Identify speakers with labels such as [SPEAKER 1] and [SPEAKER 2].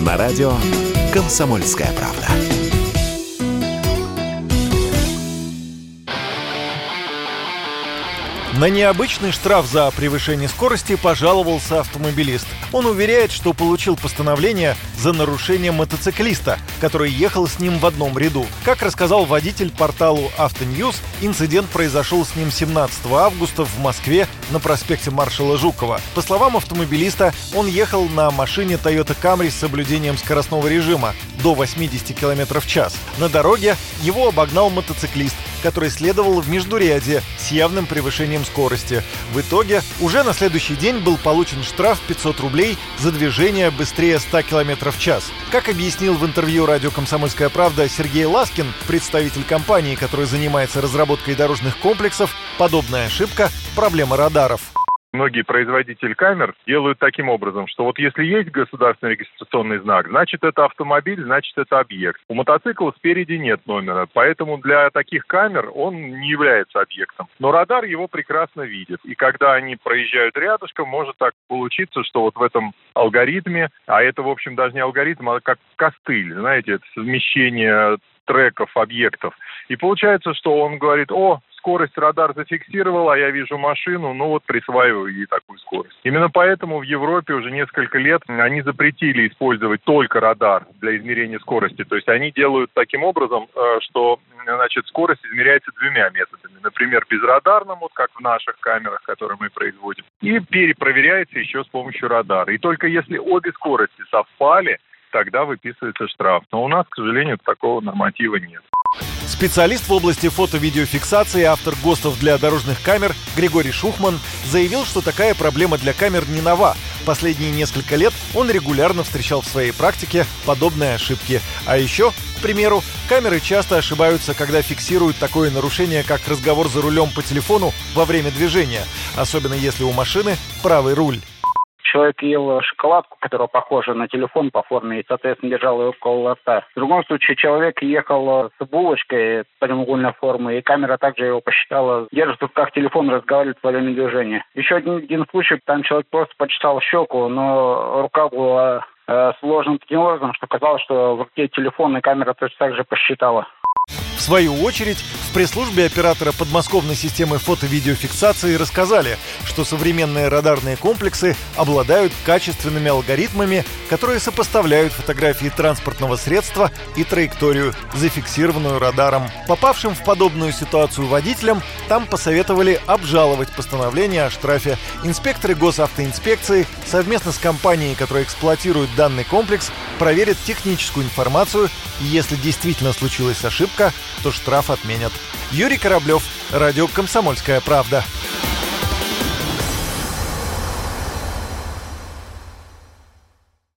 [SPEAKER 1] На радио «Комсомольская правда».
[SPEAKER 2] На необычный штраф за превышение скорости пожаловался автомобилист. Он уверяет, что получил постановление за нарушение мотоциклиста, который ехал с ним в одном ряду. Как рассказал водитель порталу «Автоньюз», инцидент произошел с ним 17 августа в Москве на проспекте Маршала Жукова. По словам автомобилиста, он ехал на машине Toyota Camry с соблюдением скоростного режима до 80 км в час. На дороге его обогнал мотоциклист, который следовал в междурядье с явным превышением скорости. В итоге уже на следующий день был получен штраф 500 рублей за движение быстрее 100 км в час. Как объяснил в интервью радио «Комсомольская правда» Сергей Ласкин, представитель компании, которая занимается разработкой дорожных комплексов, подобная ошибка – проблема радаров.
[SPEAKER 3] Многие производители камер делают таким образом, что вот если есть государственный регистрационный знак, значит это автомобиль, значит это объект. У мотоцикла спереди нет номера, поэтому для таких камер он не является объектом. Но радар его прекрасно видит. И когда они проезжают рядышком, может так получиться, что вот в этом алгоритме, а это в общем даже не алгоритм, а как костыль, знаете, это совмещение треков, объектов. И получается, что он говорит: о, скорость радар зафиксировал, а я вижу машину, ну вот присваиваю ей такую скорость. Именно поэтому в Европе уже несколько лет они запретили использовать только радар для измерения скорости. То есть они делают таким образом, что скорость измеряется двумя методами. Например, безрадарным, вот как в наших камерах, которые мы производим, и перепроверяется еще с помощью радара. И только если обе скорости совпали, тогда выписывается штраф. Но у нас, к сожалению, такого норматива нет.
[SPEAKER 2] Специалист в области фото-видеофиксации, автор ГОСТов для дорожных камер Григорий Шухман заявил, что такая проблема для камер не нова. Последние несколько лет он регулярно встречал в своей практике подобные ошибки. А еще, к примеру, камеры часто ошибаются, когда фиксируют такое нарушение, как разговор за рулем по телефону во время движения, особенно если у машины правый руль.
[SPEAKER 4] Человек ел шоколадку, которая похожа на телефон по форме, и, соответственно, держал ее около рта. В другом случае человек ехал с булочкой прямоугольной формы, и камера также его посчитала, держит в руках телефон, разговаривает во время движения. Еще один случай, там человек просто почесал щеку, но рука была сложена таким образом, что казалось, что в руке телефон, и камера точно так же посчитала.
[SPEAKER 2] В свою очередь, в пресс-службе оператора подмосковной системы фото-видеофиксации рассказали, что современные радарные комплексы обладают качественными алгоритмами, которые сопоставляют фотографии транспортного средства и траекторию, зафиксированную радаром. Попавшим в подобную ситуацию водителям там посоветовали обжаловать постановление о штрафе. Инспекторы госавтоинспекции совместно с компанией, которая эксплуатирует данный комплекс, проверят техническую информацию, и если действительно случилась ошибка, то штраф отменят. Юрий Кораблев, радио «Комсомольская правда».